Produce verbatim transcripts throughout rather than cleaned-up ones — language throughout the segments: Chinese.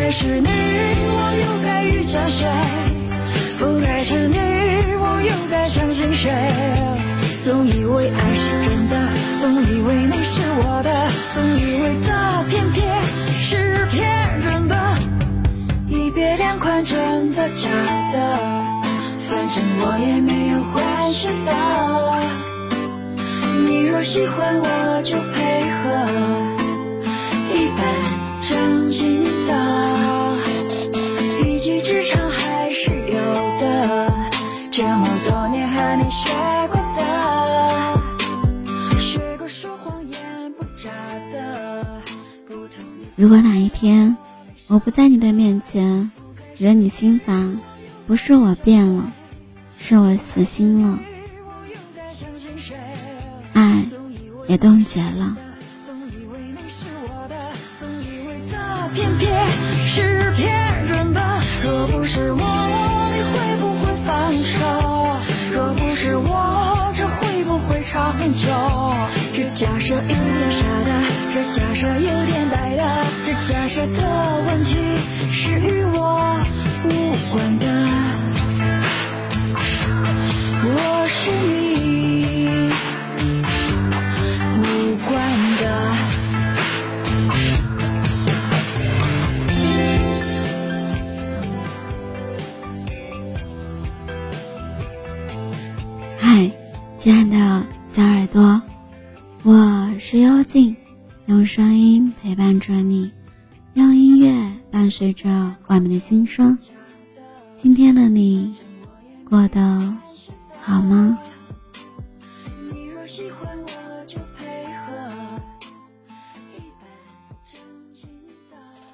该是你，我又该遇见谁？不该是你，我又该相信谁？总以为爱是真的，总以为你是我的，总以为它偏偏是骗人的。一别两宽，真的假的？反正我也没有关系的。你若喜欢我就配合，一本正经的，一技之长还是有的。这么多年和你学过的，学过说谎言不假的。 如果哪一天我不在你的面前惹你心烦，不是我变了，是我死心了，爱也冻结了。 偏偏是骗人的，若不是我，你会不会放手？若不是我，这会不会长久？这假设有点傻的，这假设有点呆的，这假设的问题是与我无关的。我是你无关的。 嗨，亲爱的小耳朵，我是幽静，用声音陪伴着你，用音乐伴随着我们的心声。今天的你过得好吗？ 你若喜欢我就配合，一本正经的。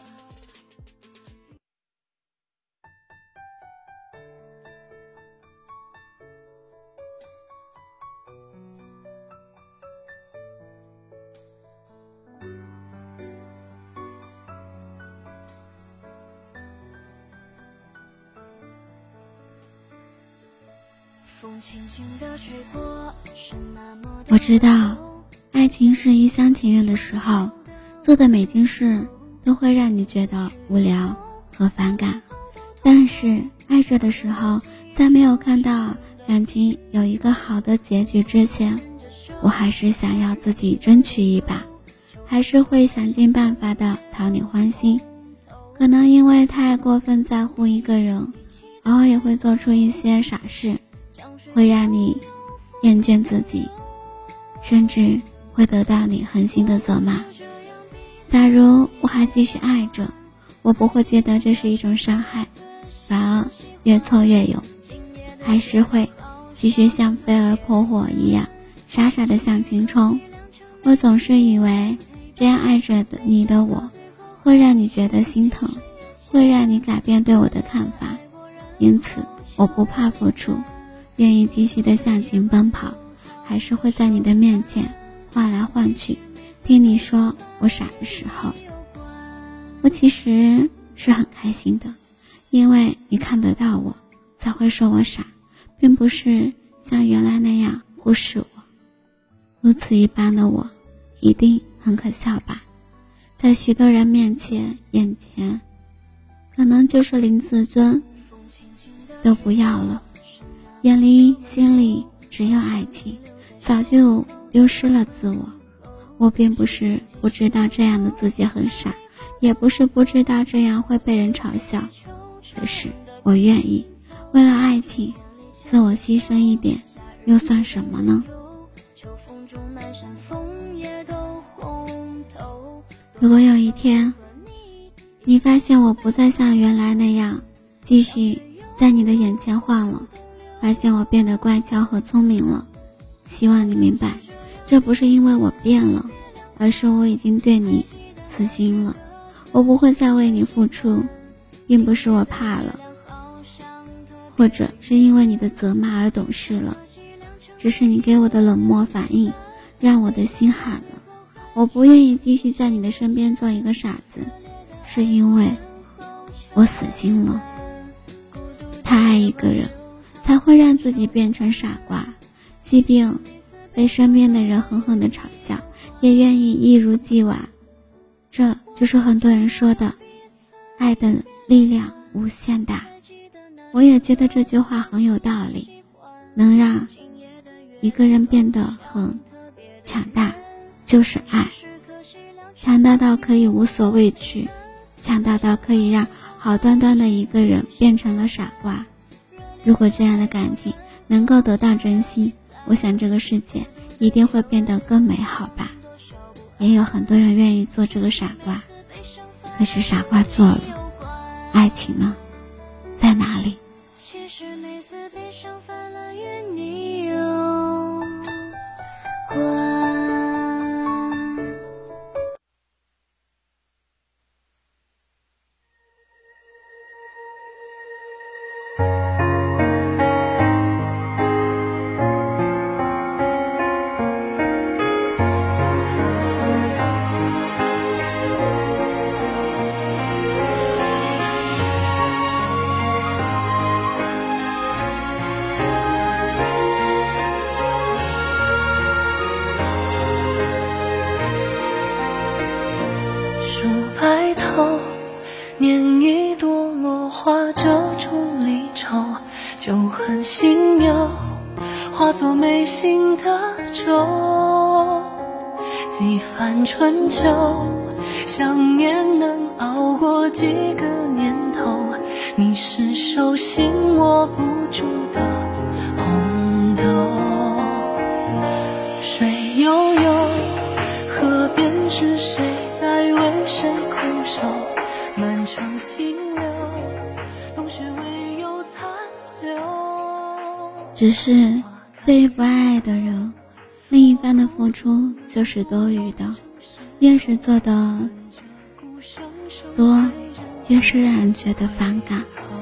风轻轻地吹过，是那么的我知道爱情是一厢情愿的时候，做的每件事都会让你觉得无聊和反感，但是爱着的时候，在没有看到感情有一个好的结局之前，我还是想要自己争取一把，还是会想尽办法的讨你欢心。可能因为太过分在乎一个人，偶尔也会做出一些傻事，会让你厌倦自己，甚至会得到你狠心的责骂。假如我还继续爱着，我不会觉得这是一种伤害，反而越挫越勇，还是会继续像飞蛾扑火一样傻傻的向前冲。我总是以为这样爱着的你的我会让你觉得心疼，会让你改变对我的看法，因此我不怕付出，愿意继续的向前奔跑，还是会在你的面前换来换去。听你说我傻的时候，我其实是很开心的，因为你看得到我才会说我傻，并不是像原来那样忽视我。如此一般的我一定很可笑吧，在许多人面前眼前，可能就是连自尊都不要了，眼里心里只有爱情，早就丢失了自我。我并不是不知道这样的自己很傻，也不是不知道这样会被人嘲笑，可是我愿意为了爱情自我牺牲一点，又算什么呢？如果有一天你发现我不再像原来那样继续在你的眼前晃了，发现我变得乖巧和聪明了，希望你明白，这不是因为我变了，而是我已经对你死心了。我不会再为你付出，并不是我怕了，或者是因为你的责骂而懂事了，只是你给我的冷漠反应让我的心寒了。我不愿意继续在你的身边做一个傻子，是因为我死心了。太爱一个人才会让自己变成傻瓜，即便被身边的人狠狠地嘲笑，也愿意一如既往。这就是很多人说的爱的力量无限大。我也觉得这句话很有道理，能让一个人变得很强大，就是爱。强大到可以无所畏惧，强大到可以让好端端的一个人变成了傻瓜。如果这样的感情能够得到珍惜，我想这个世界一定会变得更美好吧。也有很多人愿意做这个傻瓜，可是傻瓜做了，爱情呢，在哪里？ 其实每次悲伤犯了与你有关。树白头，念一朵落花遮住离愁，就很轻描，化作眉心的皱。几番春秋，想念能熬过几个年头，你是手心握不住的红豆。水悠悠，河边是谁在为谁苦守？满城新柳，冬雪唯有残留。 只是对于不爱的人，另一方的付出就是多余的，越是做的多，越是让人觉得反感，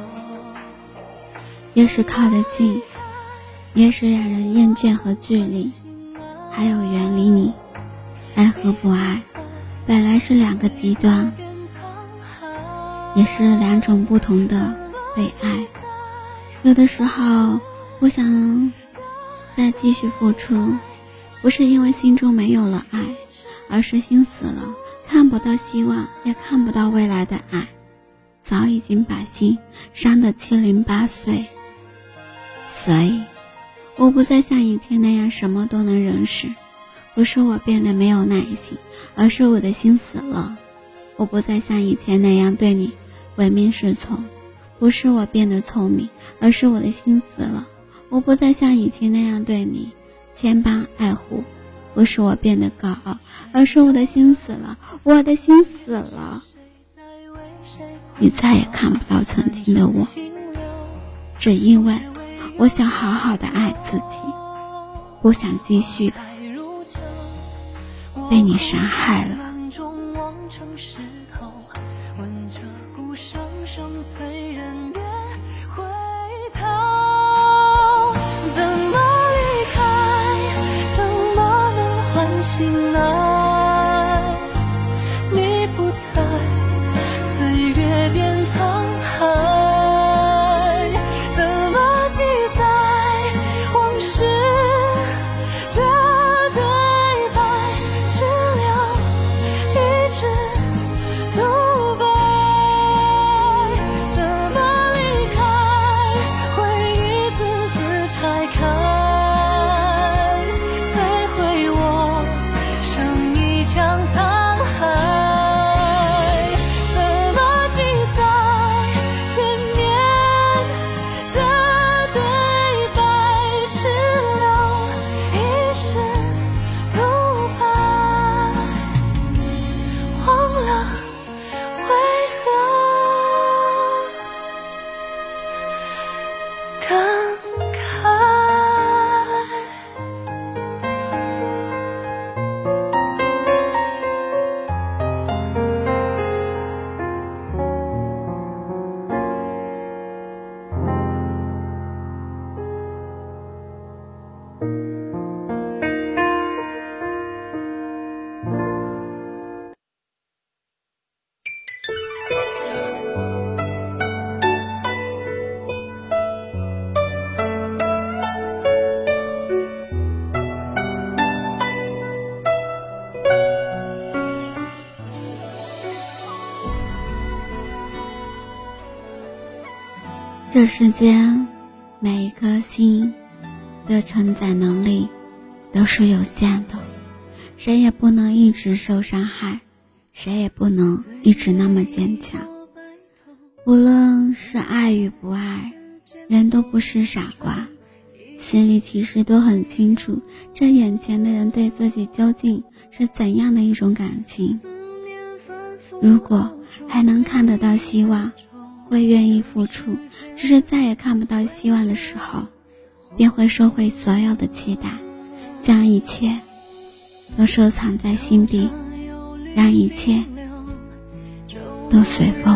越是靠得近，越是让人厌倦和距离，还有远离你。爱和不爱本来是两个极端，也是两种不同的被爱。有的时候不想再继续付出，不是因为心中没有了爱，而是心死了，看不到希望，也看不到未来的爱，早已经把心伤得七零八碎。所以我不再像以前那样什么都能忍使，不是我变得没有耐心，而是我的心死了。我不再像以前那样对你唯命是从，不是我变得聪明，而是我的心死了。我不再像以前那样对你牵绊爱护，不是我变得高傲，而是我的心死了。我的心死了，你再也看不到曾经的我，只因为我想好好的爱自己，不想继续的被你伤害了。 醒来，你不在，岁月变沧海，怎么记载往事的对白，只留一支独白，怎么这世间每一颗心的承载能力都是有限的，谁也不能一直受伤害，谁也不能一直那么坚强。无论是爱与不爱，人都不是傻瓜，心里其实都很清楚，这眼前的人对自己究竟是怎样的一种感情。如果还能看得到希望，会愿意付出，只是再也看不到希望的时候，便会收回所有的期待，将一切都收藏在心底，让一切都随风。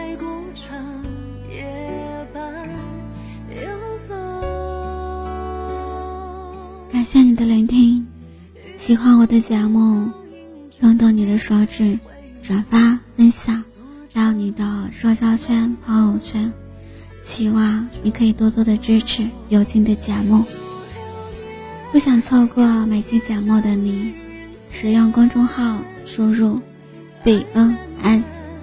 感谢你的聆听，喜欢我的节目，动动你的手指，转发分享到你的社交圈朋友圈，希望你可以多多的支持有劲的节目。不想错过每期节目的你，使用公众号输入 B N X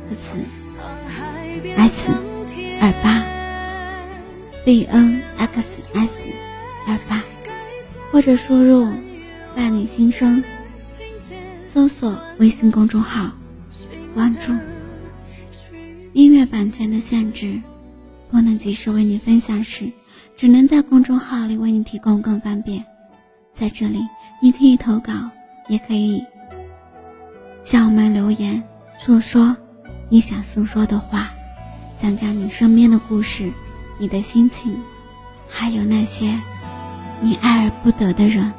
S 二八 B N X S 二八，或者输入伴你心声，搜索微信公众号关注。音乐版权的限制，不能及时为你分享时，只能在公众号里为你提供更方便。在这里你可以投稿，也可以向我们留言，诉说你想诉说的话，讲讲你身边的故事，你的心情，还有那些你爱而不得的人。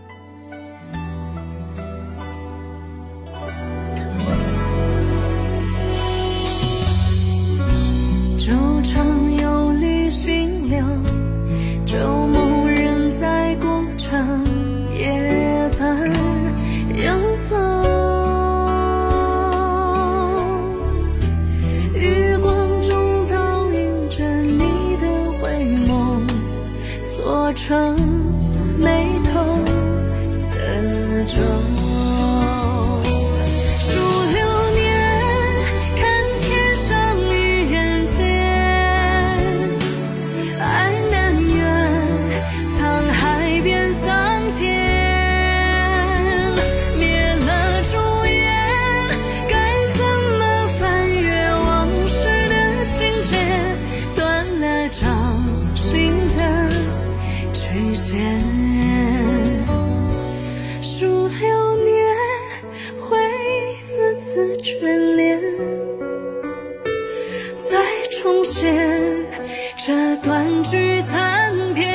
舟长有理行流，旧梦人在过长夜半游走，余光中倒映着你的回眸，做成眉头的皱。数流年，回忆次次眷恋，再重现这段句残篇。